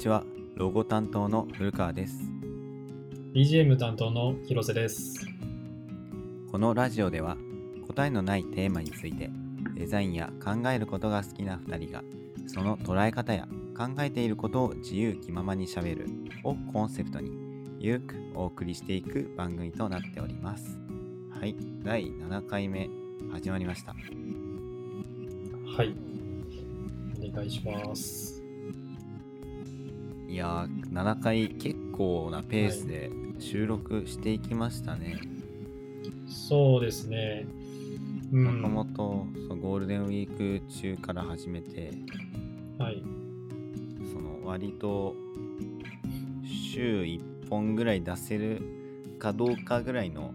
ちは。ロゴ担当の古川です。 BGM 担当の広瀬です。 このラジオでは答えのないテーマについてデザインや考えることが好きな2人がその捉え方や考えていることを自由気ままにしゃべるをコンセプトにゆるくお送りしていく番組となっております。はい、第7回目始まりました。 はい、お願いします。 いやー、7回結構なペースで収録していきましたね。 そうですね。 もともとゴールデンウィーク中から始めて、 はい、 その割と週1本ぐらい出せるかどうかぐらいの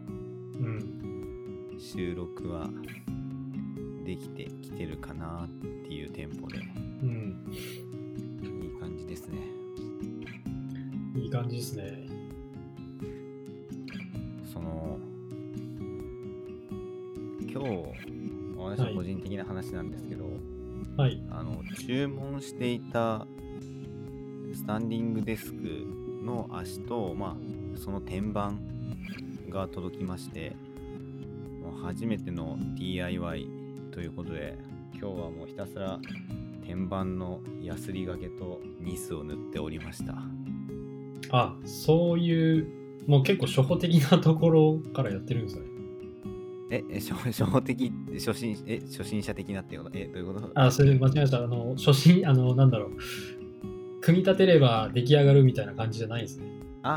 収録はできてきてるかなっていうテンポで、いい感じですね。 いい感じですね。 その今日私は個人的な話なんですけど、 はい、 注文していたスタンディングデスクの足と、その天板が届きまして、もう初めての DIY ということで、今日はもうひたすら天板のヤスリがけとニスを塗っておりました。 あ、そういうもう結構初歩的なところからやってるんですね。 初歩的って初心者的なっていうこと？どういうこと？ あ、それ間違えました。初心なんだろう。組み立てれば出来上がるみたいな感じじゃないですね。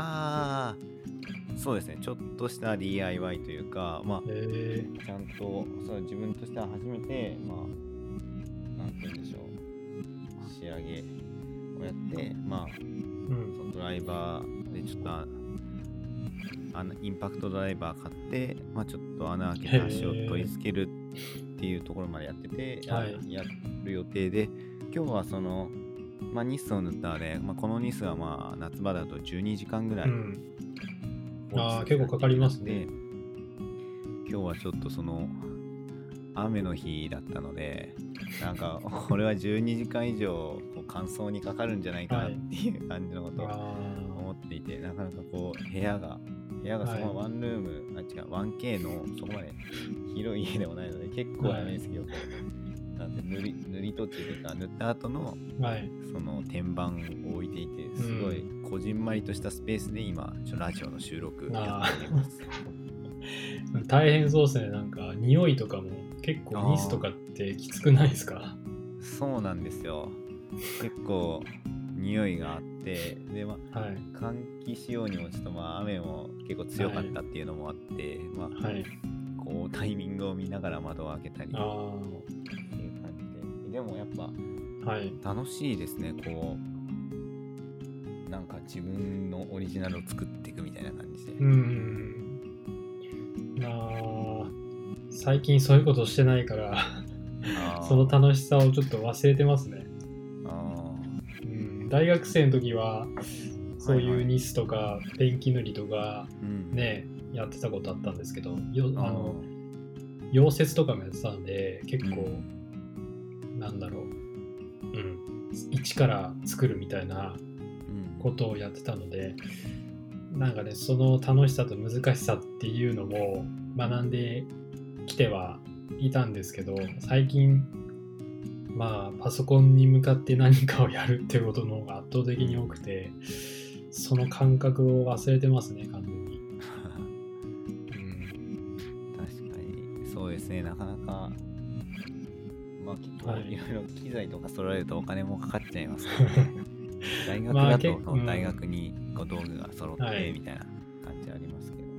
そうですね。ちょっとした DIY というか、ちゃんとそう自分としては初めて、なんて言うんでしょう、仕上げをやって、そのドライバーでちょっとインパクトドライバー買って、ちょっと穴開けて足を取り付けるっていうところまでやってて、やる予定で、今日はそのニスを塗ったので、このニスは夏場だと12時間ぐらい、 結構かかりますね。 今日はちょっとその雨の日だったので、なんかこれは12時間以上乾燥にかかるんじゃないかなっていう感じのことを思っていて、なかなかこう部屋がそのワンルーム、1K のそこまで広い家でもないので、結構な面積をなんて塗り途中というか塗った後のその天板を置いていて、すごいこじんまりとしたスペースで今ラジオの収録やっています。 大変そうですね。なんか匂いとかも結構ニスとかってきつくないですか？ そうなんですよ。結構匂いがあって、で換気しようにもちょっと雨も結構強かったっていうのもあって、こうタイミングを見ながら窓を開けたりっていう感じで、でもやっぱ楽しいですね。こうなんか自分のオリジナルを作っていくみたいな感じで。 最近そういうことしてないからその楽しさをちょっと忘れてますね。大学生の時はそういうニスとかペンキ塗りとかね、やってたことあったんですけど、溶接とかもやってたので、結構なんだろう、一から作るみたいなことをやってたので、なんかね、その楽しさと難しさっていうのも学んできてはいたんですけど、最近パソコンに向かって何かをやるっていうことの方が圧倒的に多くて、その感覚を忘れてますね、完全に。 確かにそうですね。なかなか結構いろいろ機材とか揃えるとお金もかかっちゃいますからね。大学だと大学に道具が揃ってみたいな感じありますけど、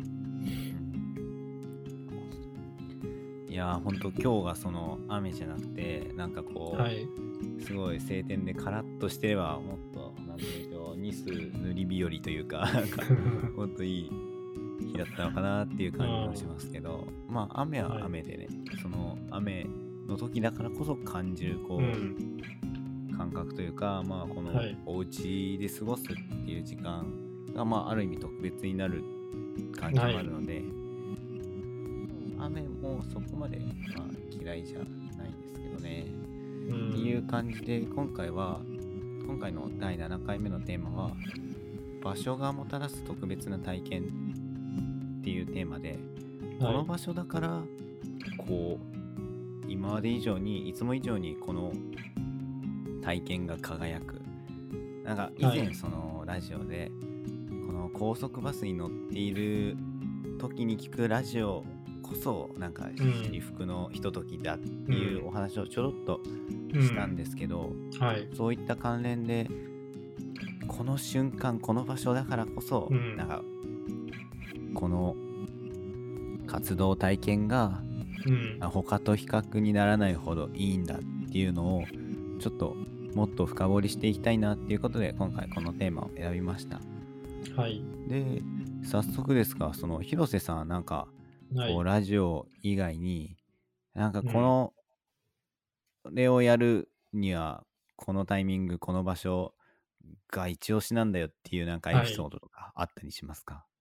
いやー、ほんと今日がその雨じゃなくて、なんかこう、すごい晴天でカラッとしてればもっとなんていうかニス塗り日和というかなんかもっといい日だったのかなっていう感じがしますけど、雨は雨でね、その雨の時だからこそ感じる感覚というか、このお家で過ごすっていう時間がある意味特別になる感じもあるので、雨もそこまで嫌いじゃないですけどね、っていう感じで、今回は今回の第7回目のテーマは場所がもたらす特別な体験っていうテーマで、この場所だからこう今まで以上にいつも以上にこの体験が輝く。なんか以前そのラジオでこの高速バスに乗っている時に聞くラジオこそなんか至福のひとときだっていうお話をちょろっとしたんですけど、そういった関連でこの瞬間この場所だからこそ、なんかこの活動体験が、他と比較にならないほどいいんだっていうのをちょっともっと深掘りしていきたいなっていうことで今回このテーマを選びました。で早速ですが、その広瀬さんなんかこうラジオ以外になんかこの、れをやるにはこのタイミングこの場所が一押しなんだよっていうなんかエピソードとかあったりしますか？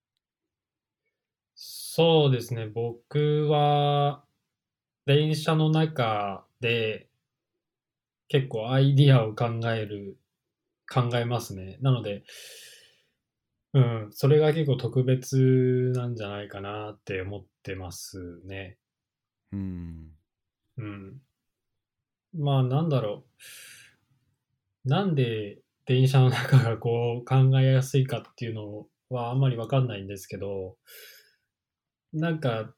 そうですね。僕は電車の中で結構アイディアを考えますね。なので、それが結構特別なんじゃないかなって思ってますね。まあなんだろう。なんで電車の中がこう考えやすいかっていうのはあんまりわかんないんですけど、なんか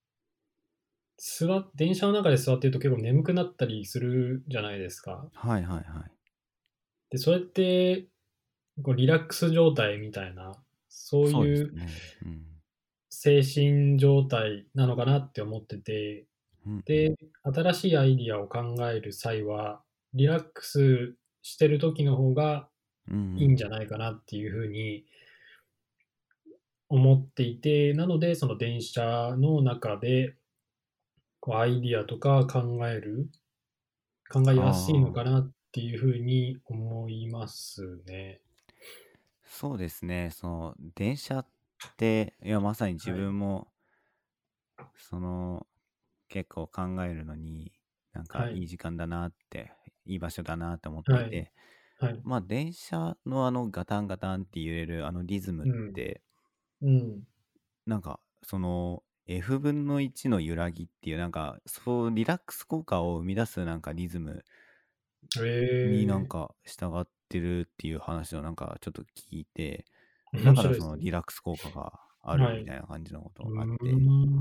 電車の中で座ってると結構眠くなったりするじゃないですか。で、それってこうリラックス状態みたいな、そういう精神状態なのかなって思ってて、で、新しいアイディアを考える際は、リラックスしてる時の方がいいんじゃないかなっていうふうに思っていて、なので、その電車の中で、こうアイディアとか考えやすいのかなっていうふうに思いますね。 そうですね。その電車っていやまさに自分も、その結構考えるのになんかいい時間だなって、いい場所だなって思っていて、まあ電車のあのガタンガタンって揺れるあのリズムって、なんかその F 分の1の揺らぎっていうなんかそうリラックス効果を生み出すなんかリズムになんか従ってるっていう話をなんかちょっと聞いて、だからそのリラックス効果があるみたいな感じのことがあって、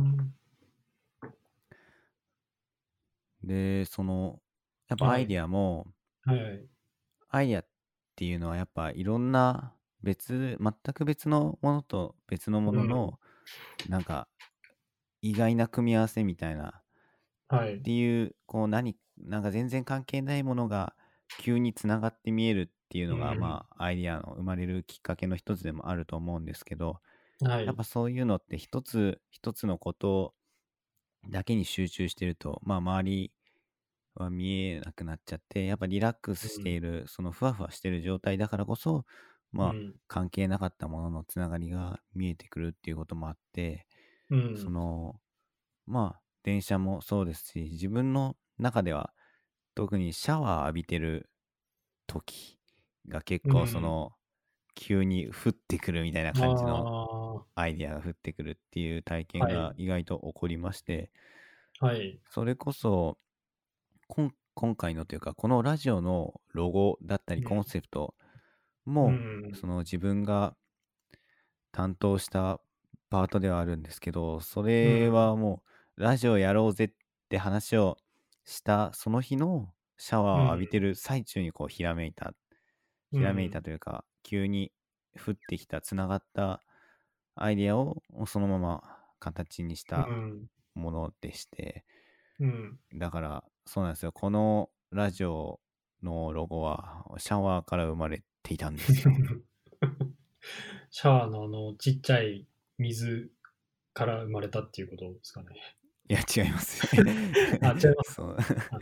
でそのやっぱアイディアも、アイディアっていうのはやっぱいろんな全く別のものと別のもののなんか意外な組み合わせみたいなっていう、こうなんか全然関係ないものが急につながって見えるっていうのが、まあアイディアの生まれるきっかけの一つでもあると思うんですけど、やっぱそういうのって一つ一つのことだけに集中してると、まあ周りは見えなくなっちゃって、やっぱリラックスしている、そのふわふわしている状態だからこそ、まあ関係なかったもののつながりが見えてくるっていうこともあって、そのまあ電車もそうですし、自分の中では特にシャワー浴びてる時が結構その急に降ってくるみたいな感じのアイディアが降ってくるっていう体験が意外と起こりまして、それこそ今回のというかこのラジオのロゴだったりコンセプトも、その自分が担当したパートではあるんですけど、それはもうラジオやろうぜって話をしたその日のシャワーを浴びてる最中にこうひらめいたというか、急に降ってきたつながったアイデアをそのまま形にしたものでして、だからそうなんですよ、このラジオのロゴはシャワーから生まれていたんですよ。 シャワーのちっちゃい水から生まれたっていうことですかね。 いや違います違いますそう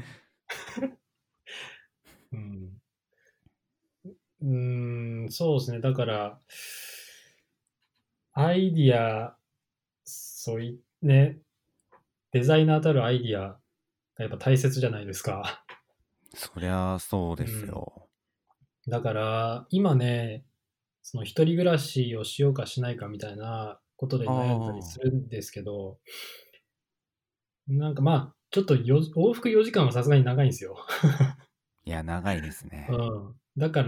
そうですね。だから、アイディア、デザイナーたるアイディアがやっぱ大切じゃないですか。 そりゃそうですよ。 だから今ね、その一人暮らしをしようかしないかみたいなことで悩んだりすあるんですけど、なんかまあ、ちょっと往復4時間はさすがに長いんですよ。 いや、長いですうね。 ん。だから、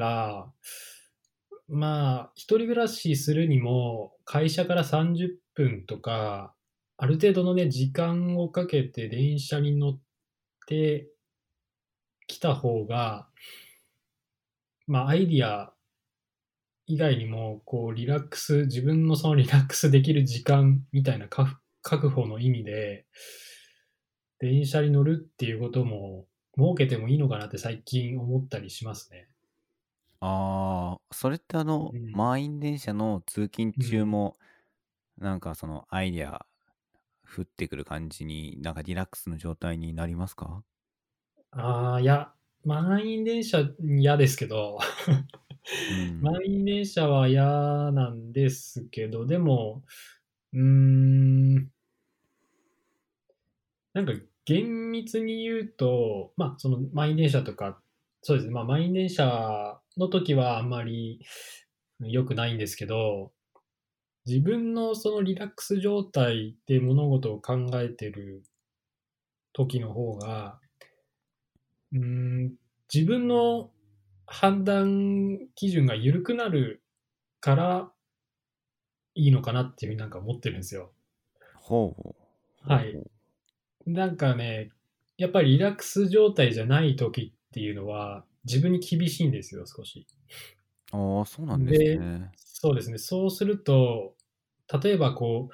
まあ、一人暮らしするにも、会社から30分とか、ある程度のね、時間をかけて電車に乗ってきた方が、まあ、アイディア以外にも、こう、自分のそのリラックスできる時間みたいな確保の意味で、電車に乗るっていうことも設けてもいいのかなって最近思ったりしますね。 ああ、それってうん。 満員電車の通勤うん。 中も、なんかそのアイデア降ってくる感じに、なんかリラックスの状態になりますか？ ああ、いや、満員電車嫌ですけど、 うん。 満員電車は嫌なんですけど、でも、うーん、なんか厳密に言うと、まあ、その満員電車とか、そうですね、まあ、満員電車の時はあんまり良くないんですけど、自分のそのリラックス状態で物事を考えてる時の方が、うーん、自分の判断基準が緩くなるからいいのかなっていうふうになんか思ってるんですよ。 ほうほう。ほはい。 うほなんかね、やっぱりリラックス状態じゃない時っていうのは自分に厳しいんですよ、少し。 う。ああ、そうなんですで、 ね。 そうですね。そうすると、例えばこ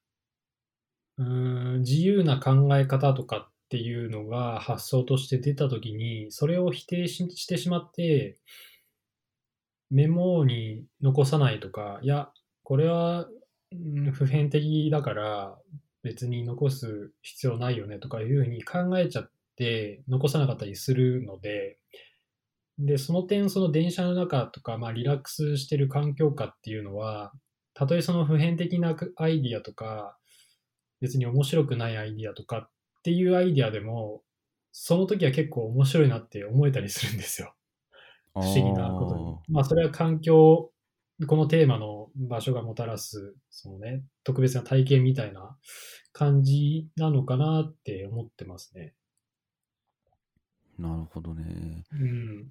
自由な考え方とかっていうのが発想として出た時に、それを否定してしまって、メモに残さないとか、いや、これは、普遍的だから別に残す必要ないよねとかいうふうに考えちゃって残さなかったりするので、で、その点、その電車の中とか、まあ、リラックスしてる環境下っていうのは、たとえその普遍的なアイディアとか、別に面白くないアイディアとかっていうアイディアでも、その時は結構面白いなって思えたりするんですよ。 あ不思議なことに。 あ、 まあ、それは環境、このテーマの場所がもたらす、そのね、特別な体験みたいな感じなのかなって思ってますね。 なるほどね。 うん。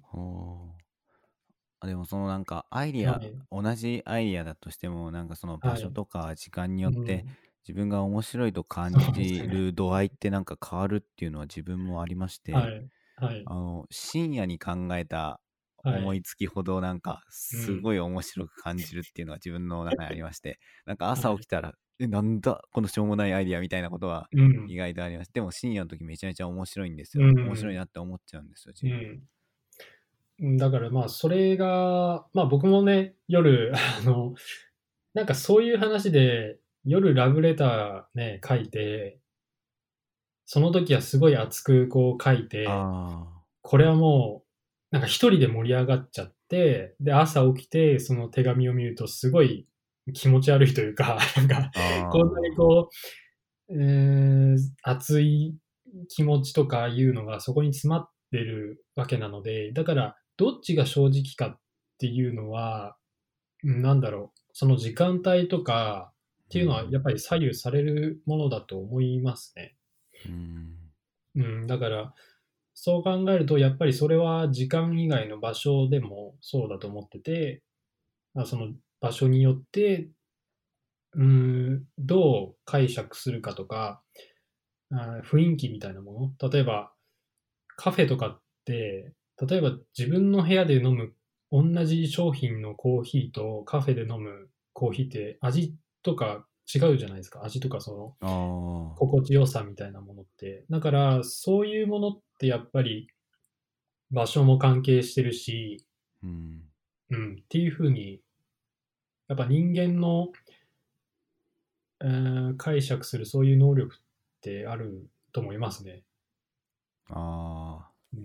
はでもそのなんかアイディア、 はい。 同じアイディアだとしても、なんかその場はい。 所とか時間によってうん。 自分が面白いと感そうですね。 じる度合いってなんか変わるっていうのは自分もありまして、 はい。はい。 深夜に考えたはい。 思いつきほどなんかうん。 すごい面白く感じるっていうのは自分の中にありまして、なんかはい。 朝起きたら、なんだこのしょうもないアイディアみたいなことはうん。 意外とあります。でも深夜の時めちゃめちゃ面白いんですうよ。面白いん。 なって思っちゃうんですよ、自分。 うん。だからまあ、それが、まあ僕もね、夜、なんかそういう話で、夜ラブレターね、書いて、その時はすごい熱くこう書いて、 あこれはもう、なんか一人で盛り上がっちゃって、で、朝起きて、その手紙を見るとすごい気持ち悪いというか、なんか、 あ、 こんなにこう、熱い気持ちとかいうのがそこに詰まってるわけなので、だから、どっちが正直かっていうのは、なんだろう、その時間帯とかっていうのはうん、 やっぱり左右されるものだと思いますね。 うん、 だから、そう考えると、やっぱりそれは時間以外の場所でもそうだと思ってて、その場所によって、どう解釈するかとか、雰囲気みたいなもの。例えば、カフェとかって、例えば自分の部屋で飲む同じ商品のコーヒーとカフェで飲むコーヒーって味とか違うじゃないですか。味とかそのああ、 心地よさみたいなものって。だから、そういうものってやっぱり場所も関係してるし、 うん、 っていうふうに、やっぱ人間の、解釈するそういう能力ってあると思いますね。 ああ、 うん。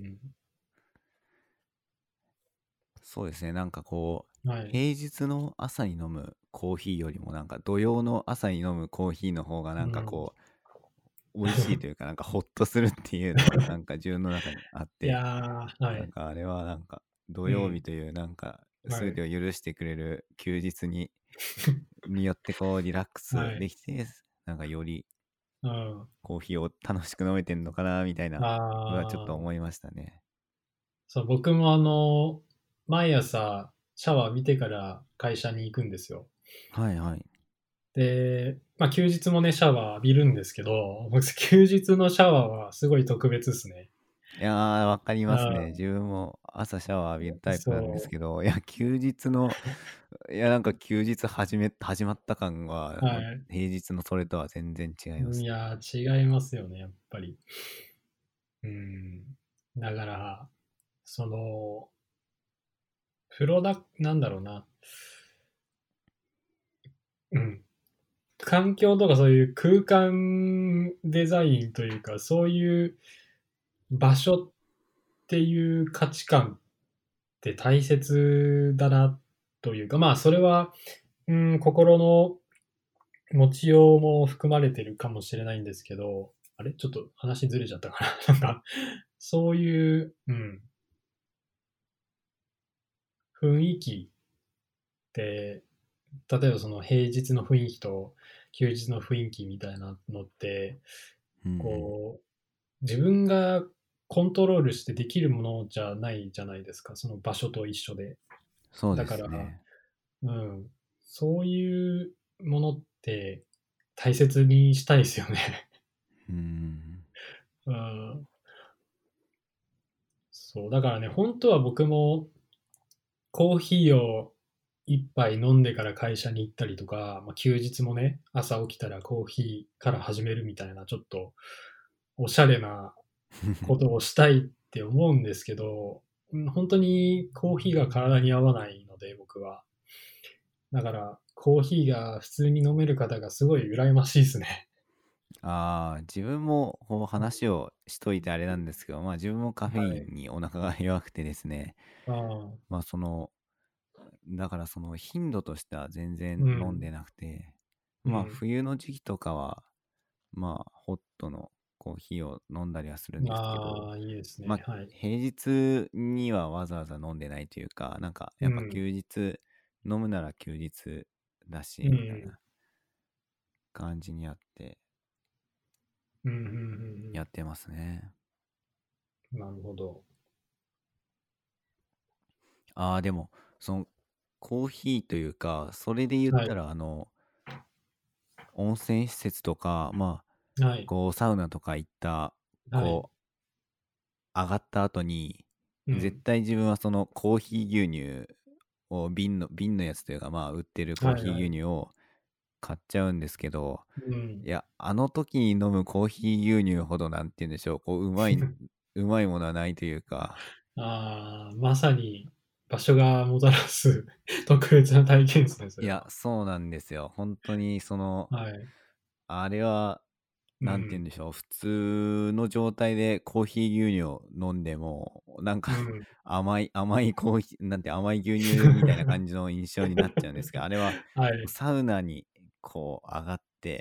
そうですね。なんかこう、 はい。 平日の朝に飲むコーヒーよりもなんか土曜の朝に飲むコーヒーの方がなんかうん。 こう、美味しいというかなんかホッとするっていうのはなんか自分の中にあっいて、 やー、はい。 なんかあれはなんか土曜日というなんか全てを許してくれる休日によってこうリラックスできて、なんかよりコーヒーを楽しく飲めてんのかなみたいなのはちょっと思いましたね。 そう、僕も毎朝シャワー浴びてから会社に行くんですよ。 はいはい。 で、まあ休日もね、シャワー浴びるんですけど、僕休日のシャワーはすごい特別ですね。 いやー、わかりますね。自分も朝シャワー浴びるタイプなんですけど、いや、休日の、いや、なんか休日始まった感は、平日のそれとは全然違います。 いやー、違いますよね、やっぱり。だから、その、なんだろうな。環境とかそういう空間デザインというか、そういう場所っていう価値観って大切だなというか、まあそれは、心の持ちようも含まれてるかもしれないんですけど、あれちょっと話ずれちゃったかななんか、そういう、雰囲気って、例えばその平日の雰囲気と休日の雰囲気みたいなのって、こう、自分がコントロールしてできるものじゃないじゃないですか、その場所と一緒で。 そうでだから、 すね。 そういうものって大切にしたいですよね。うん、そう、だからね、本当は僕もコーヒーを一杯飲んでから会社に行ったりとか、まあ、休日もね、朝起きたらコーヒーから始めるみたいな、ちょっとおしゃれなことをしたいって思うんですけど、本当にコーヒーが体に合わないので、僕は。だから、コーヒーが普通に飲める方がすごい羨ましいですね。 自分もこう話をしといてあれなんですけど、まあ自分もカフェインにお腹が弱くてですね、まあだからその頻度としては全然飲んでなくて、まあ冬の時期とかは、まあホットのコーヒーを飲んだりはするんですけど、 いいですね。 まあ平日にはわざわざ飲んでないというか、なんかやっぱ休日、飲むなら休日だし、みたいな感じにやってやってますね。 なるほど。 でもそのコーヒーというか、それで言ったら温泉施設とか、まあこうサウナとか行ったこう上がった後に、絶対自分はそのコーヒー牛乳を瓶のやつというか、まあ売ってるコーヒー牛乳を買っちゃうんですけど、いや、あの時に飲むコーヒー牛乳ほどなんて言うんでしょう、こううまいものはないというか。 まさに場所がもたらす特別な体験ですね、それは。 いや、そうなんですよ。本当にあれは、なんて言うんでしょう、普通の状態でコーヒー牛乳を飲んでも、なんか甘いコーヒー、なんて甘い牛乳みたいな感じの印象になっちゃうんですけど、あれはサウナにこう上がって、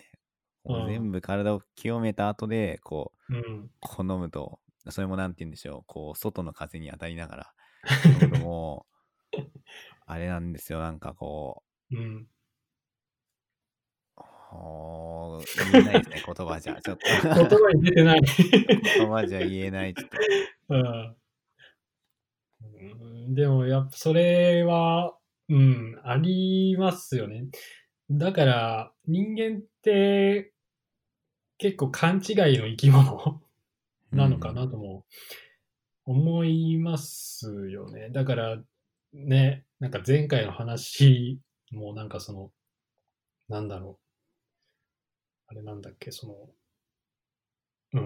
こう全部体を清めた後で、こう飲むと、それもなんて言うんでしょう、こう外の風に当たりながら飲むともう、あれなんですよ、なんかこう、言えないですね、言葉じゃ。ちょっと言葉に出てない言葉じゃ言えない、ちょっと。 でも、やっぱそれは、ありますよね。だから、人間って結構勘違いの生き物なのかなとも思いますよね。だから、ね、なんか前回の話もなんかなんだろう。あれなんだっけ、うん。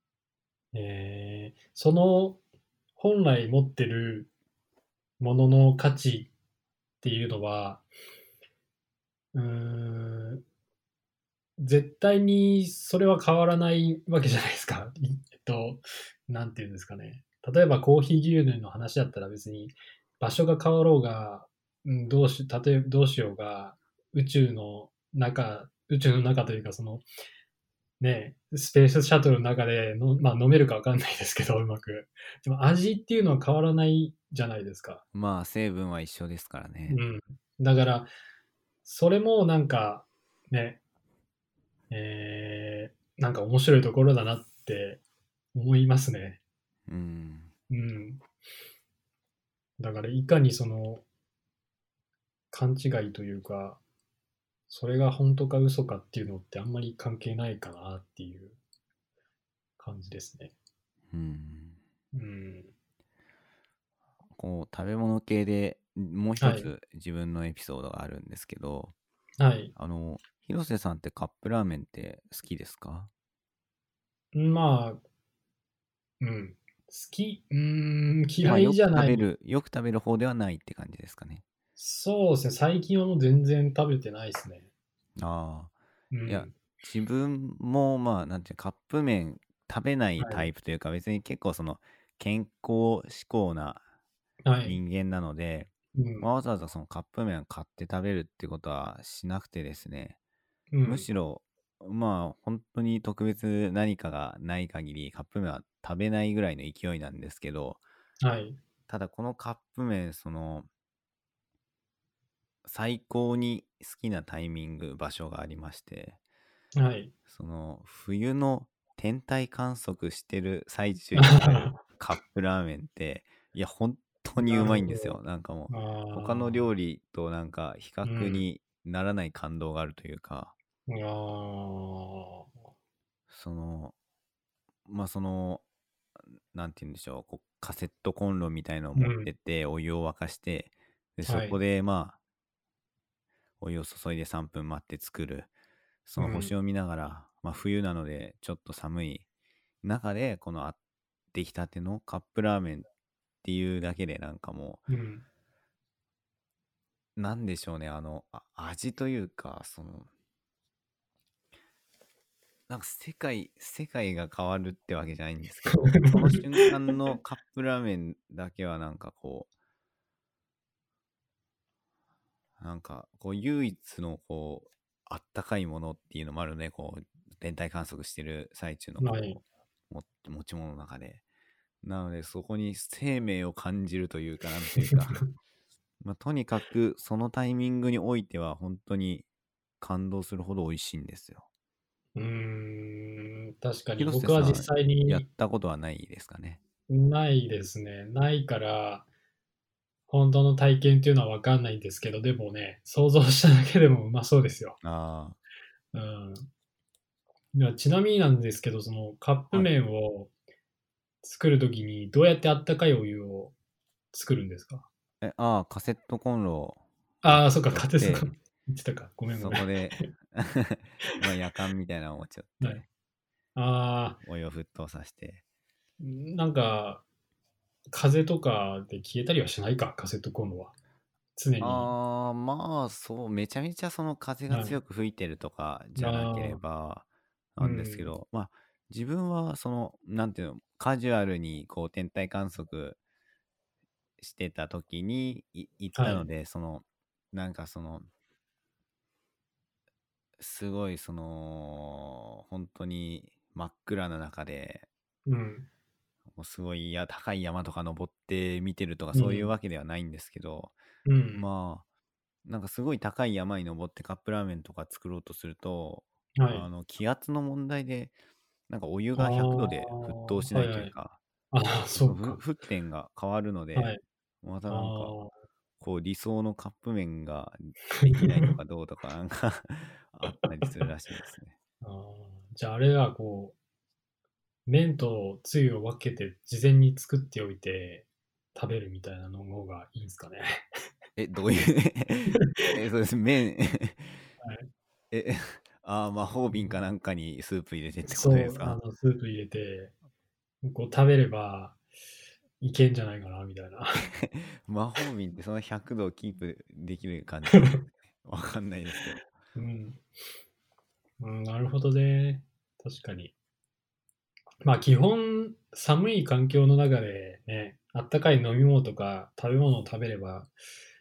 その本来持ってるものの価値っていうのは、うーん、絶対にそれは変わらないわけじゃないですか。なんていうんですかね。例えばコーヒー牛乳の話だったら別に場所が変わろうが、例えばどうしようが、宇宙の中というかね、スペースシャトルの中で飲めるかわかんないですけど、うまく。でも味っていうのは変わらないじゃないですか。 まあ成分は一緒ですからね。 うん。だから、それもなんか、ね、なんか面白いところだなって思いますね。 うん。 うん。だからいかにその勘違いというか、それが本当か嘘かっていうのってあんまり関係ないかなっていう感じですね。 うん。 うん。 こう食べ物系でもう一はい。 つ自分のエピソードがあるんですけど、 はい。 広瀬さんってカップラーメンって好きですか？ まあ、うん。好き、 まあ嫌いじゃない。 よく食べる方ではないって感じですかね。 そうですね。最近はもう全然食べてないですね。 ああ、いや、 うん。 自分もまあ、なんていうカップ麺食べないはい。 タイプというか、別に結構健康志向なはい。 人間なので、まあ、 うん。 わざわざそのカップ麺を買って食べるってことはしなくてですね、 うん。 むしろ、まあ、本当に特別何かがない限り、カップ麺は食べないぐらいの勢いなんですけど、 はい。 ただこのカップ麺、最高に好きなタイミング、場所がありまして、 はい。 冬の天体観測してる最中に食べるカップラーメンって、いや、本当にうなるまいんですよ。 ほど。 なんかもう、他のああ、 料理となんか比うん。 較にならない感動があるというか、 ああ、 その、まあなんて言うんでしょう、こうカセットコンロみたいのを持ってうん。 って、お湯を沸かして、で、そはい。 こでまあ、お湯を注いで3分待って作る。そうん。 の星を見ながら、まあ冬なのでちょっと寒い中で、この出来たてのカップラーメンっていうだけでなんかもうん。 う、なんでしょうね、味というか、なんか世界が変わるってわけじゃないんですけど、その瞬間のカップラーメンだけはなんか唯一のあったかいものっていうのもあるね、天体観測してる最中のはい。 持ち物の中で。なのでそこに生命を感じるというか、なんというか、まあ、とにかくそのタイミングにおいては本当に感動するほど美味しいんですよ。 確かに広瀬僕は実さん、やっ際にたことはないですかね。 ないですね。ないから、本当の体験っていうのはわかんないんですけど、でもね、想像しただけでもうまそうですよ。 あうん。いやちなみになんですけど、そのカップあ、はい。 麺を作るときにどうやってあったかいお湯を作るんですか？ カセットコンロをああー、そっか、 持って、 家庭そこ言ってたか。ごめんごめん。 そこでまあ、夜間みたいなのを持ち寄っはい。 て、 ああ、 お湯を沸騰させて、 なんか、風とかで消えたりはしないか、カセットコンロは。常に。 まあ、そう、めちゃめちゃその風がはい。 強く吹いてるとかじゃなけれああ、 ば、 うなんですけん。 ど、まあ、自分はなんていうの、カジュアルに天体観測してた時に行っはい。 たので、なんかすごい本当に真っ暗な中で、 うん。 もうすごい高い山とか登って見てるとかそういううん。 わけではないんですけど、 うん。 まあ、なんかすごい高い山に登ってカップラーメンとか作ろうとすると、 はい。 気圧の問題で、なんかお湯あが100度あ、 で沸騰しなはいはい。 いというか、 ああ、そうか。 沸点が変わるので、 はい。 またあなんか、 あ。 理想のカップ麺ができないとかどうとかなんかあったりするらしいですね。 ああ、じゃああれは麺とつゆを分けて事前に作っておいて食べるみたいなの方がいいんですかね。 どういうそうです、麺はい。 え、魔法瓶かなんかにスープ入れてってことでそう、 すか？ スープ入れて、食べればいけんじゃないかな、みたいな。 魔法瓶ってその100度をキープできる感じなんですね。わかんないですけど。 うん。うん、なるほどね。確かに。まあ基本、寒い環境の中でね、あったかい飲み物とか食べ物を食べれば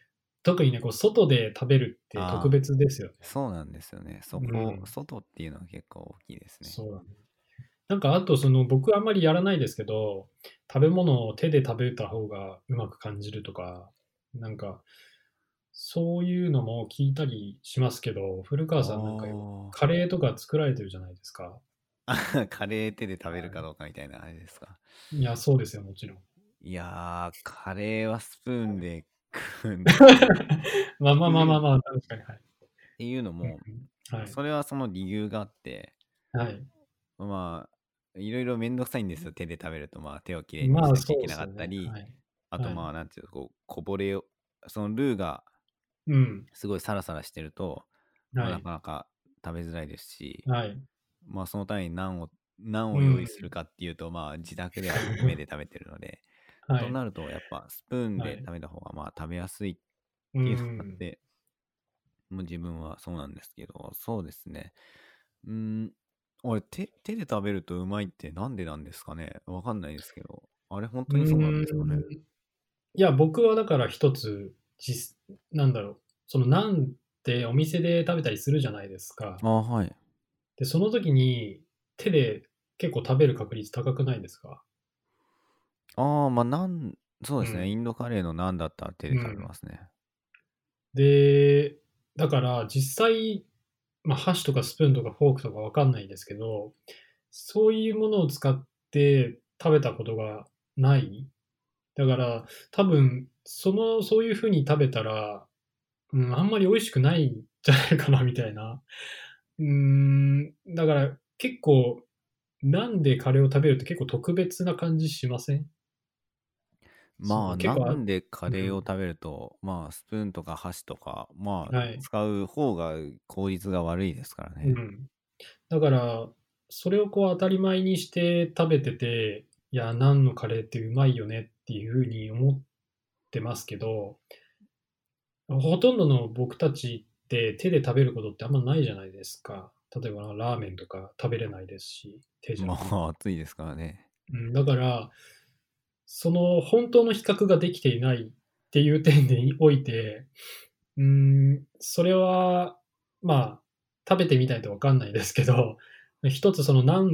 特にね、こう外で食べるって特別ですよね。 そうなんですよね。そこ、外っていうのは結構大きいですね。 そうだね。なんかあと僕はあんまりやらないですけど、食べ物を手で食べた方がうまく感じるとか、なんかそういうのも聞いたりしますけど、古川さんなんかカレーとか作られてるじゃないですか。 カレー手で食べるかどうかみたいなあれですか。 いや、そうですよ、もちろん。 いやー、カレーはスプーンで食うんですけど。 まあまあまあまあまあ、確かに、はい。 っていうのも、 はい。 それはその理由があって、 はい。 まあ、いろいろめんどくさいんですよ。手で食べると、まあ、手をきれいにまあ、 しなきゃいけなかそうですよね。 ったり、 はい。 あと、 はい。 まあ、なんていうの、こう、こぼれを、そのルーがうん。 すごいサラサラしてると、まあ、なはい。 かなか食べづらいですし、 はい。 まあ、そのためにナンを用うん。 意するかっていうと、まあ、自宅では米で食べてるので、 はい。 となると、やっぱスプーンはい。 で食べた方が、まあ、食べやすいっうていうのがあっん。 て、もう自分はそうなんですけど、そうですね。うーん、俺、手で食べるとうまいってなんでなんですかね。わかんないですけど、あれ、本う当にそうなんですかね。 ん。いや、僕はだから一つ、なんだろう、ナンってお店で食べたりするじゃないですか。 はい。 で、その時に手で結構食べる確率高くないですか？ まあ、そうですね。イうん。 ンドカレーのナンだったら手で食べうん。 ますね。 で、だから実際、まあ、箸とかスプーンとかフォークとかわかんないですけど、そういうものを使って食べたことがない。だから多分、そういう風に食べたら、あんまり美味しくないんじゃないかなみたいな。だから結構、なんでカレーを食べるって結構特別な感じしません？ まあ、 結構なんでカレーをうん、 食べると、まあ、スプーンとか箸とか、まあ、 はい。 使う方が効率が悪いですからね。 うん。だから、それをこう当たり前にして食べてて、いや、ナンのカレーってうまいよねっていうふうに思ってますけど、ほとんどの僕たちって手で食べることってあんまないじゃないですか。例えばラーメンとか食べれないですし、手じゃ。 まあ、暑いですからね。 だから、その本当の比較ができていないっていう点において、それは、まあ、食べてみないとわかんないですけど、一つ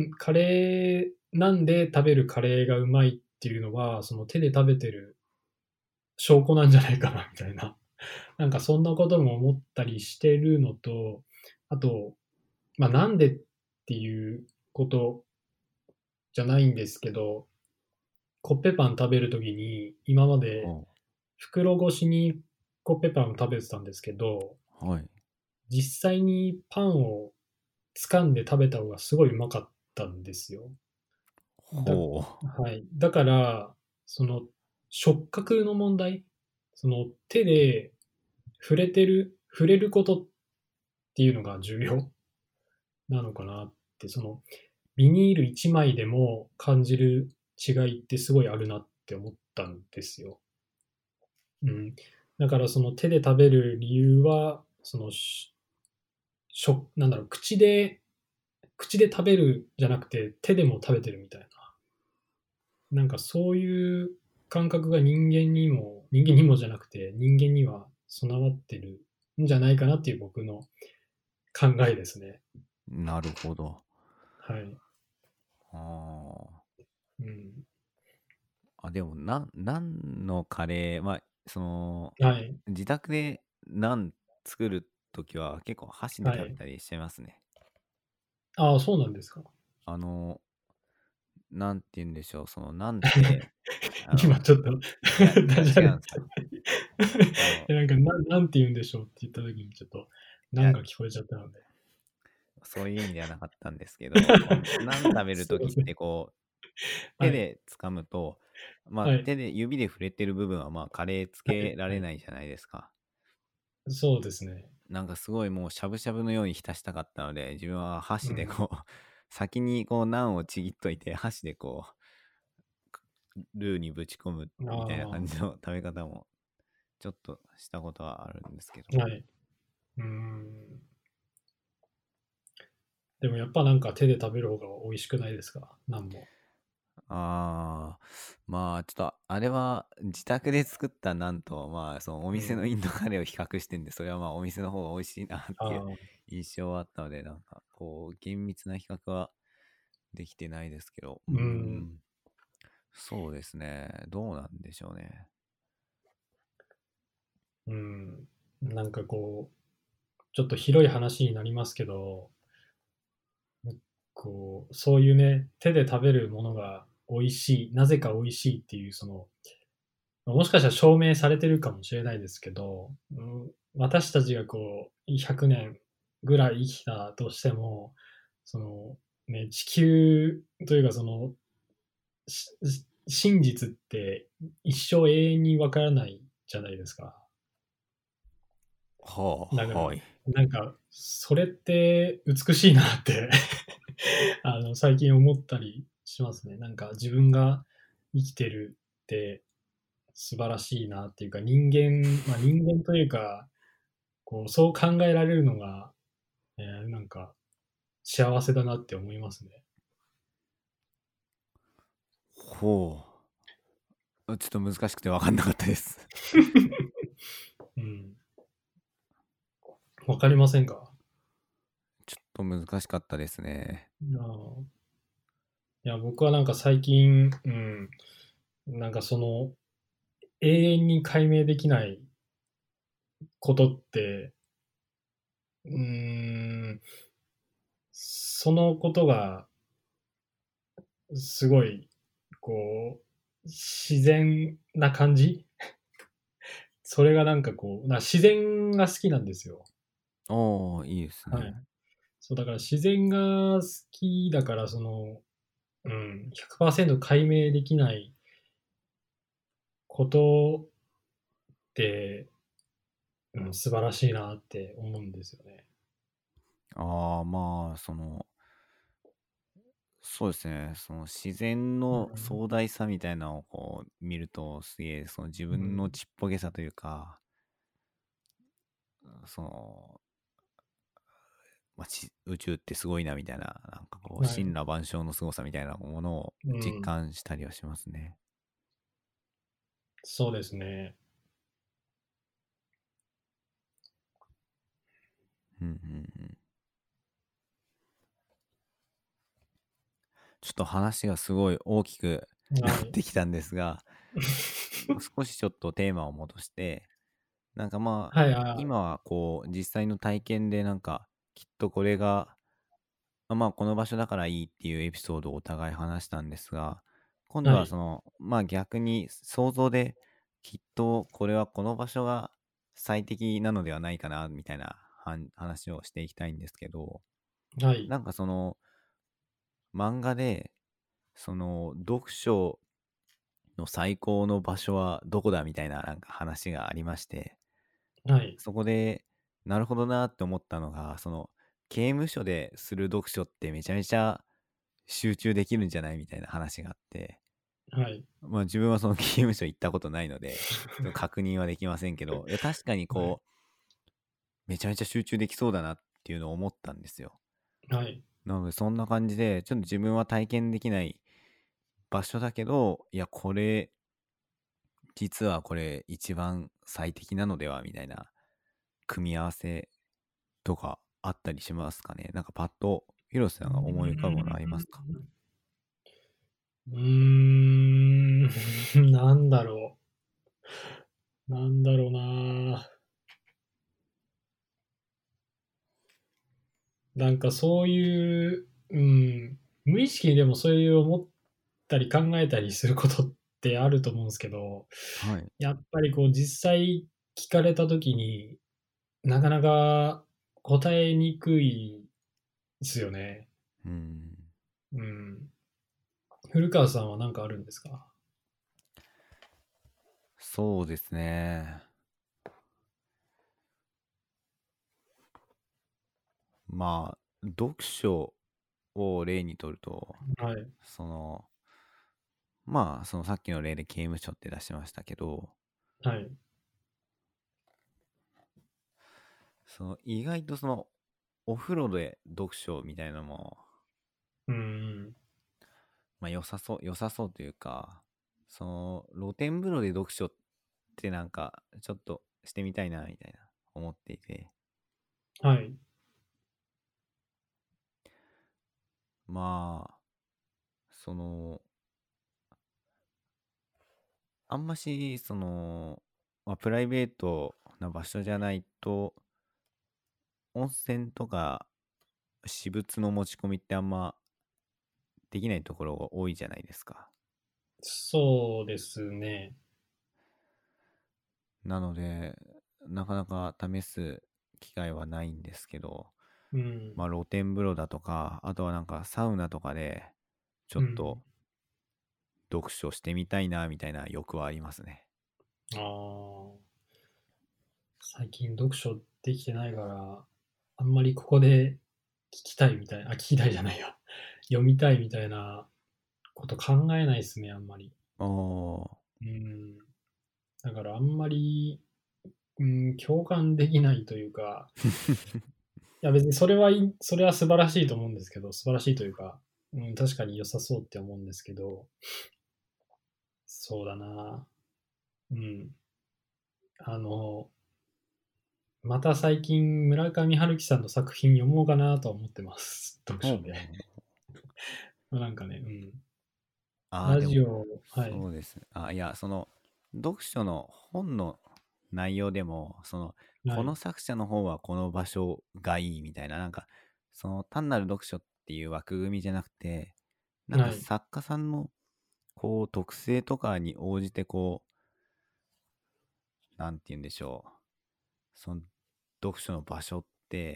なんで食べるカレーがうまいっていうのは、その手で食べてる証拠なんじゃないかなみたいな。なんかそんなことも思ったりしてるのと、あと、まあなんでっていうことじゃないんですけど、コッペパン食べるときに、今までお袋越しにコッペパンを食べてたんですけど、 はい。 実際にパンを掴んで食べた方がすごいうまかったんですよ。だほはい。だから、その触覚の問題、その手で触れることっていうのが重要なのかなって、ビニール1枚でも感じる違いってすごいあるなって思ったんですよ。うん。だからその手で食べる理由は、なんだろう、口で食べるじゃなくて手でも食べてるみたいな。なんかそういう感覚が人間にもじゃなくて人間には備わってるんじゃないかなっていう僕の考えですね。 なるほど。 はい。 あうん。 でも、ナンのカレー、まあ、 はい。 自宅でナン作るときは結構箸ではい。 食べたりしちゃいますね。 ああ、そうなんですか。 あの、なんて言うんでしょう、ナンって、 今ちょっとダジャレ。 違うんですよ。あの、 なんかなんて言うんでしょうって言った時にちょっといや、 なんか聞こえちゃったので。 そういう意味ではなかったんですけど、ナン食べるときっすいません。 てこう、手はい。 で掴むと、まあ、 はい。 指で触れてる部分は、まあ、カレーつけらはい。 れないじゃないですか。 そうですね。 なんかすごいもうしゃぶしゃぶのように浸したかったので、自分は箸でうん。 こう、先にこう、ナンをちぎっといて、箸でこう、ルーにぶち込むあみたいな感あ、 じの食べ方も、ちょっとしたことはあるんですけど。 はい。でもやっぱなんか手で食べる方が美味しくないですか？なんも。 ああ、 まあちょっとあれは自宅で作ったなんとまあそのお店のインドカレーを比較してんで、それはまあお店の方が美味しいなっていうあ印象はあったので、なんかこう厳密な比較はできてないですけど、そうですね、どうなんでしょうね。 なんかこう、ちょっと広い話になりますけど、こう、そういうね、手で食べるものが美味しい、なぜか美味しいっていう、もしかしたら証明されてるかもしれないですけど、私たちがこう、100年ぐらい生きたとしても、その、地球というか真実って一生永遠にわからないじゃないですか。だから、 はい。 なんか、それって美しいなって最近思ったりしますね。なんか自分が生きてるって素晴らしいなっていうか、人間というか、こう、そう考えられるのが、なんか幸せだなって思いますね。 ほう。ちょっと難しくて分かんなかったです。 うん。わかりませんか？ ちょっと難しかったですね。 いや、僕はなんか最近、なんか永遠に解明できないことって、うーん、そのことがすごい、こう、自然な感じそれがなんかこう、自然が好きなんですよ。 おー、いいですはい。 ね。 そう、だから自然が好きだから、100%解明できないことって、素晴らしいなって思うんですよね。 ああ、まあ、そうですね。その自然うのん。 壮大さみたいなのをこう見ると、すげえ、その自分のうん。 ちっぽけさというか、その、宇宙ってすごいなみたいな、なんかこう、 はい。 森羅万象の凄さみたいなものを実うん。 感したりはしますね。 そうですね。 うんうんうん。ちょっと話がすごい大きくなっはい。 てきたんですが、少しちょっとテーマを戻して、なんかまあ、 はい、 今はこう、実際の体験でなんか、きっとこれが、まあこの場所だからいいっていうエピソードをお互い話したんですが、今度はい。 はまあ逆に想像できっとこれはこの場所が最適なのではないかなみたいな話をしていきたいんですけど、 はい。 なんか漫画で読書の最高の場所はどこだみたいななんか話がありまして、 はい。 そこでなるほどなって思ったのが、刑務所でする読書ってめちゃめちゃ集中できるんじゃないみたいな話があって、 はい。 まあ自分はその刑務所行ったことないので、その確認はできませんけど、いや確かにはい。 こう、めちゃめちゃ集中できそうだなっていうのを思ったんですよ。 はい。 なのでそんな感じで、ちょっと自分は体験できない場所だけど、いや、実はこれ一番最適なのではみたいな組み合わせとかあったりしますかね。なんかパッと広瀬さんが思い浮かぶものありますか？ なんだろなんだろうな。なんかそういう、無意識にでもそういう思ったり考えたりすることってあると思うんですけど、 はい。 やっぱりこう実際聞かれた時になかなか答えにくいですよね。 うん。 うん。古川さんは何かあるんですか？ そうですね。まあ、読書を例にとると、 はい。 その、まあ、そのさっきの例で刑務所って出しましたけど、 はい。 意外とお風呂で読書みたいなのも、 うん。 まあ良さそうというか、 その露天風呂で読書ってなんかちょっとしてみたいなみたいな思っていて、 はい。 まあそのあんましプライベートな場所じゃないと温泉とか私物の持ち込みってあんまできないところが多いじゃないですか。 そうですね。 なのでなかなか試す機会はないんですけど、 うん。 まあ露天風呂だとか、あとはなんかサウナとかでちょうん。 っと読書してみたいなみたいな欲はありますね。 ああ、最近読書できてないから、あんまりここで聞きたいみたいな、聞きたいじゃないよ。読みたいみたいなこと考えないですね、あんまり。 おー。 うん。だからあんまり、うん、共感できないというか、いや別にそれは素晴らしいと思うんですけど、素晴らしいというか、うん、確かに良さそうって思うんですけど、そうだな。うん。あの、また最近村上春樹さんの作品読もうかなとは思ってます。読ほう書で。 ほうほう。 なんかね、うん。 ああ、でも、 ラジオ、はい。 そうですね。いや、読書の本の内容でも、こはい。 の作者の方はこの場所がいいみたいな、なんか、単なる読書っていう枠組みじゃなくて、なんかはい。 作家さんの、特性とかに応じて、なんて言うんでしょう。その、読書の場所って、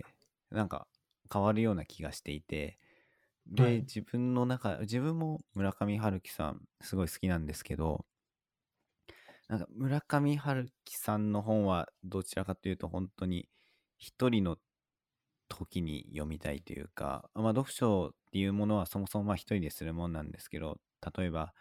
なんか、変わるような気がしていて、で、 はい。 自分も村上春樹さん、すごい好きなんですけど、なんか村上春樹さんの本はどちらかというと本当に一人の時に読みたいというか、まあ読書っていうものはそもそもまあ一人でするもんなんですけど、例えば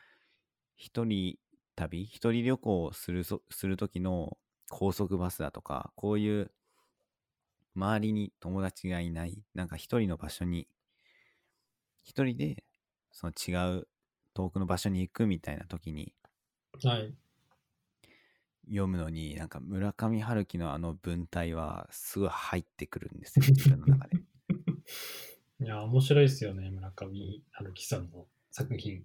一人旅行をする時の高速バスだとか、こういう周りに友達がいない、なんか一人の場所に、一人でその違う遠くの場所に行くみたいな時にはい。 読むのに、なんか村上春樹のあの文体はすごい入ってくるんですよ、自分の中で。 いや、面白いですよね、村上春樹さんの作品。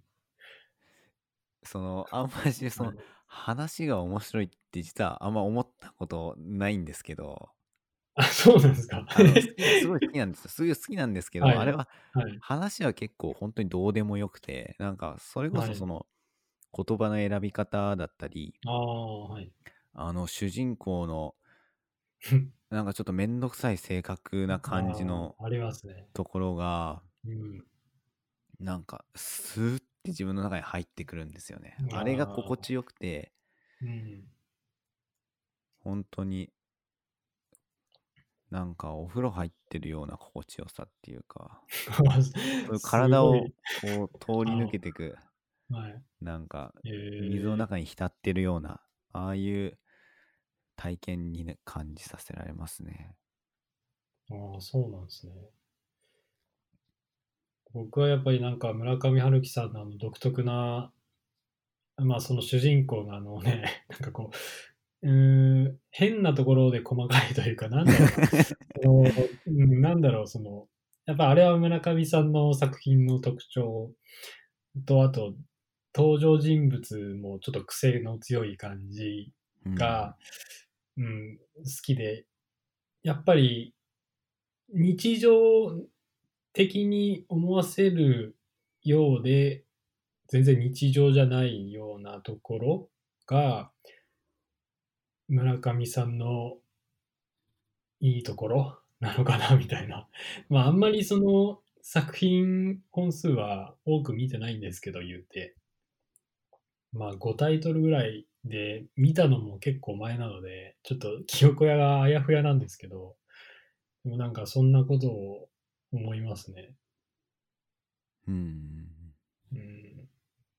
あんまりはい。 話が面白いって実はあんま思ったことないんですけど、 あ、そうなんですか。 すごい好きなんですよ。すごい好きなんですけど、あれはい。 ははい。 話は結構本当にどうでもよくて、なんかそれこはい。 そ言葉の選び方だったり、 ああ、はい。 主人公のなんかちょっとめんどくさい性格な感じのああ、ありますね。 ところが、 うん。 なんかスーって自分の中に入ってくるんですよね。あれが心ああ、 地よくて、 うん。 本当になんかお風呂入ってるような心地よさっていうか、そういうすごい。 体を通り抜あけていく、 はい。 なんか水のええ、 中に浸ってるような、ああいう体験にね、感じさせられますね。 ああ、そうなんですね。僕はやっぱりなんか村上春樹さんの独特な、まあその主人公のなんかこ変なところで細かいというか、なんだろうな。なんだろう、やっぱあれは村上さんの作品の特徴と、あと、登場人物もちょっと癖の強い感じうん。 が、うん、好きで、やっぱり日常的に思わせるようで、全然日常じゃないようなところが、村上さんのいいところなのかなみたいな。まあ、あんまりその作品本数は多く見てないんですけど、言うて。まあ、5タイトルぐらいで見たのも結構前なので、ちょっと記憶があやふやなんですけど、でもなんかそんなことを思いますね。 うん。 うん。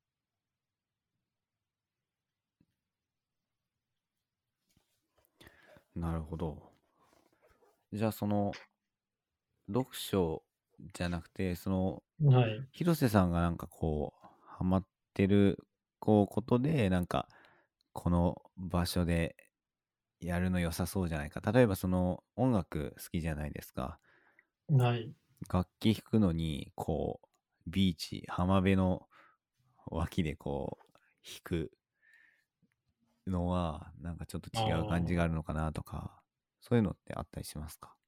なるほど。じゃあ読書じゃなくて、 はい。 広瀬さんがハマってる個ことで、なんか、この場所でやるの良さそうじゃないか。例えばその音楽好きじゃないですか。 ない。 楽器弾くのに、こう、ビーチ、浜辺の脇でこう、弾くのは、なんかちょっとあ違う感じがあるあ。 のかなとか、そういうのってあったりしますか？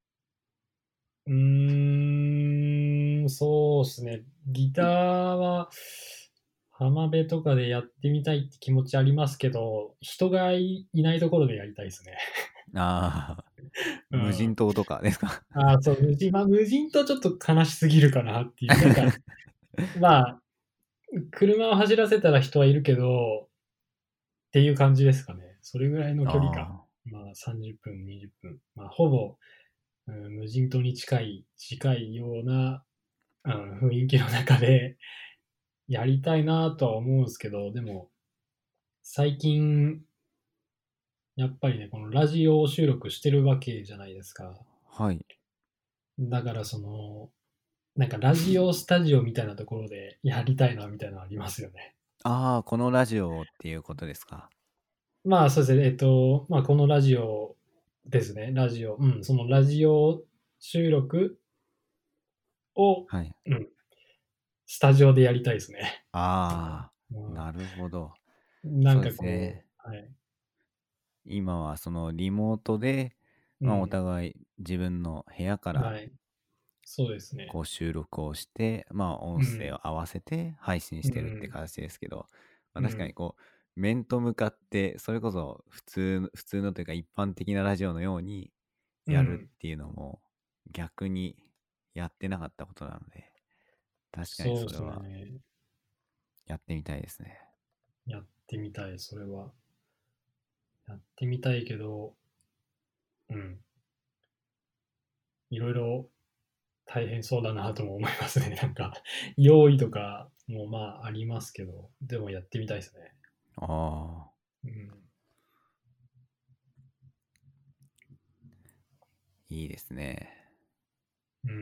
そうですね。ギターは浜辺とかでやってみたいって気持ちありますけど、人がいないところでやりたいですね。 ああ、 うん。 無人島とかですか？ ああ、そう、無人とちょっと悲しすぎるかなっていう。なんか、まあ、車を走らせたら人はいるけど、っていう感じですかね。それぐらいの距離感。 あまあ、30分、20分。まあ、ほぼ、無人島に近いような、雰囲気の中でやりたいなとは思うんですけど、でも、最近、やっぱりね、このラジオ収録してるわけじゃないですか。 あ、はい。 だからなんかラジオスタジオみたいなところでやりたいなみたいなのありますよね。 ああ、このラジオっていうことですか？ まあそうですね、まあこのラジオですね、そのラジオ収録を、 はい。 うん、スタジオでやりたいですね。 ああ、 うん、 なるほど。そうでなんかすね。 はい。 今はそのリモートで、まあ、おうん、 互い自分の部屋からはい。そうですね。 こう収録をして、まあ、音声うん、 を合わせて配信してるってうん、 形ですけど、まあ、 うん。 確かにこう面と向かってそれこそ普通のというか一般的なラジオのようにやるうん。 っていうのも逆にやってなかったことなので、確かにそうですそれはね。 やってみたいですね。 やってみたい、それは。やってみたいけど、うん。いろいろ大変そうだなとも思いますね。なんか、用意とかもまあありますけど、でもやってみたいですね。 ああ、 うん。 いいですね。 うん。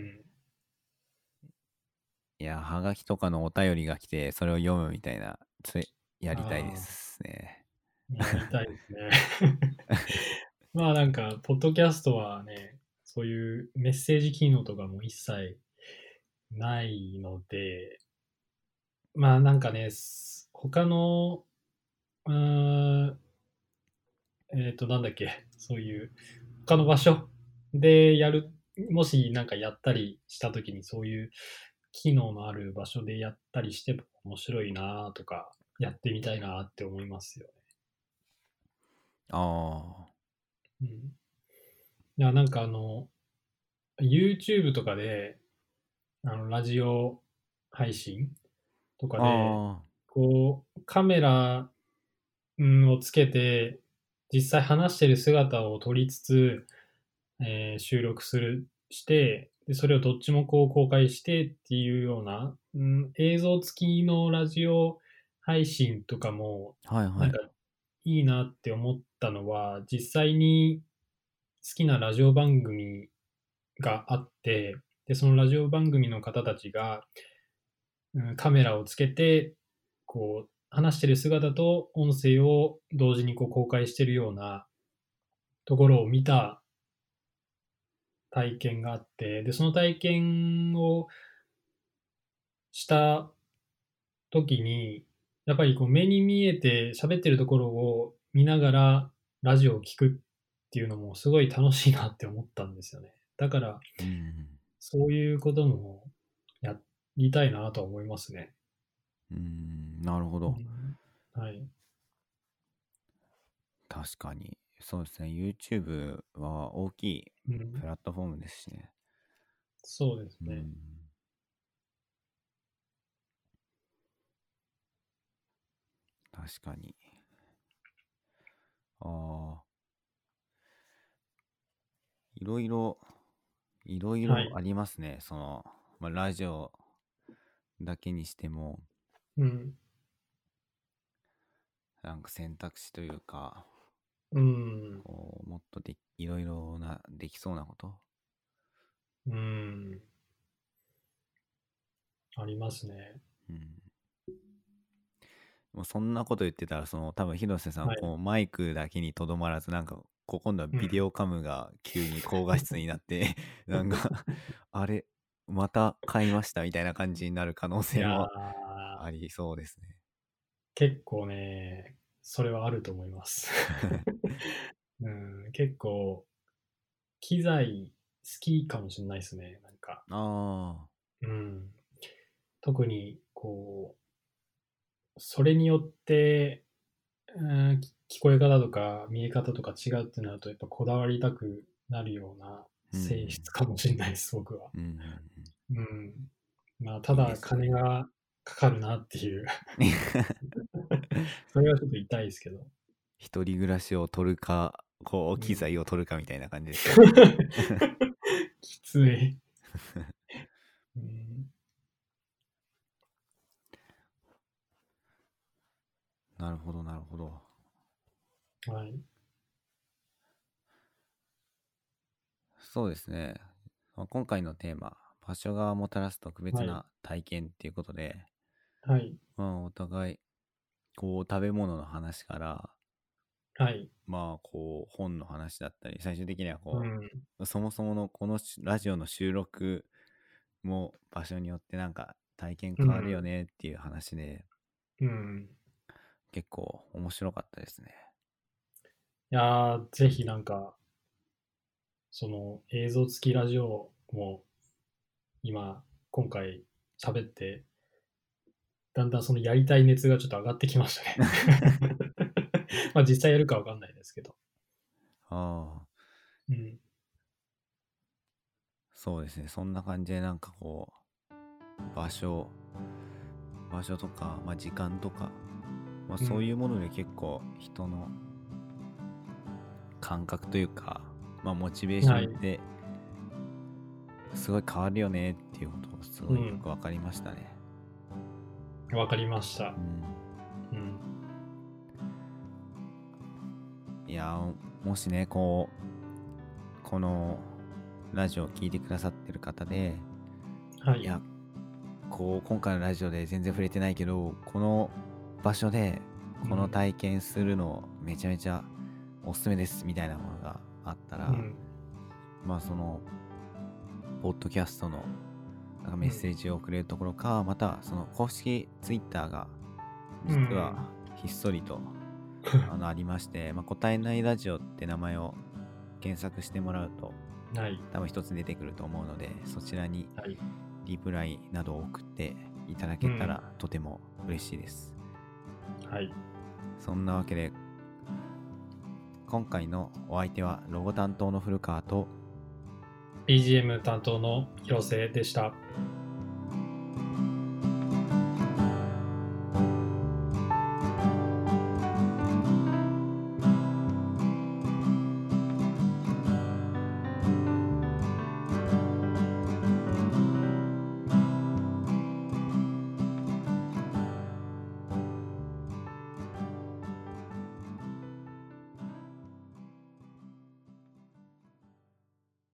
いや、はがきとかのお便りが来て、それを読むみたいな、やりたいでああ、 すね。 やりたいですね。まあなんか、ポッドキャストはね、そういうメッセージ機能とかも一切ないので、まあなんかね、他の、うーん、なんだっけ、そういう他の場所でもしなんかやったりしたときにそういう機能のある場所でやったりしても面白いなとか、やってみたいなって思いますよね。 あうん。いや、なんかYouTube とかで、ラジオ配信とかあ、 で、 ああ、 こう、カメラ、をつけて、実際話してる姿を撮りつつ、収録して、で、それをどっちもこう公開してっていうような、映像付きのラジオ配信とかも、 はいはい。 なんかいいなって思ったのは、実際に好きなラジオ番組があって、で、そのラジオ番組の方たちが、カメラをつけて、こう、話してる姿と音声を同時にこう公開してるようなところを見た体験があって、で、その体験をした時に、やっぱりこう目に見えて喋ってるところを見ながらラジオを聞くっていうのもすごい楽しいなって思ったんですよね。だから、 うん。 そういうこともやりたいなとは思いますね。 うん、なるほど。 うん、はい。 確かに。そうですね。YouTube は大きいうん、 プラットフォームですしね。 そうですね。 うん。確かに。ああ、いろいろ、いろいはい。 ろありますね。その、まあ、ラジオだけにしても、 うん。 なんか選択肢というか、 うん。 こう、もっといろいろな、できそうなこと。 うん。ありますね。 うん。 もうそんなこと言ってたら多分広瀬さん、こうマイクだけにとどまらずなんか今度はビデオカムが急に高画質になって、なんかあれまた買いましたみたいな感じになる可能性もありそうですね。 結構ね、それはあると思います。結構、機材好きかもしれないですね、なんか。特に、こう、それによって、聞こえ方とか見え方とか違うってなると、やっぱこだわりたくなるような性質かもしれないです、僕は。まあ、ただ金がかかるなっていう。それはちょっと痛いですけど。 一人暮らしを取るか、こう機材を取るかみたいな感じですきつい。 なるほど、なるほど。 はい。 そうですね。今回のテーマ、場所がもたらす特別な体験っていうことで、 はい。 お互い、こう、食べ物の話から、 はい。 こう、本の話だったり、最終的にはこう、そもそものこのラジオの収録も場所によってなんか体験変わるよねっていう話で、結構面白かったですね。 いやー、ぜひなんか、その映像付きラジオも今回喋って、だんだんそのやりたい熱がちょっと上がってきましたね。まあ実際やるかわかんないですけど。 そうですね。そんな感じでなんかこう、場所とか、時間とか、そういうもので結構人の感覚というか、モチベーションってすごい変わるよねっていうことをすごいよく分かりましたね。 分かりました。 いや、もしね、このラジオを聞いてくださってる方で、いや、こう今回のラジオで全然触れてないけど、この場所でこの体験するのめちゃめちゃおすすめですみたいなものがあったら、そのポッドキャストのなんかメッセージを送れるところか、またその公式ツイッターが実はひっそりとありまして、答えないラジオって名前を検索してもらうと、多分一つ出てくると思うので、そちらにリプライなどを送っていただけたらとても嬉しいです。そんなわけで今回のお相手はロゴ担当の古川と BGM 担当の広瀬でした。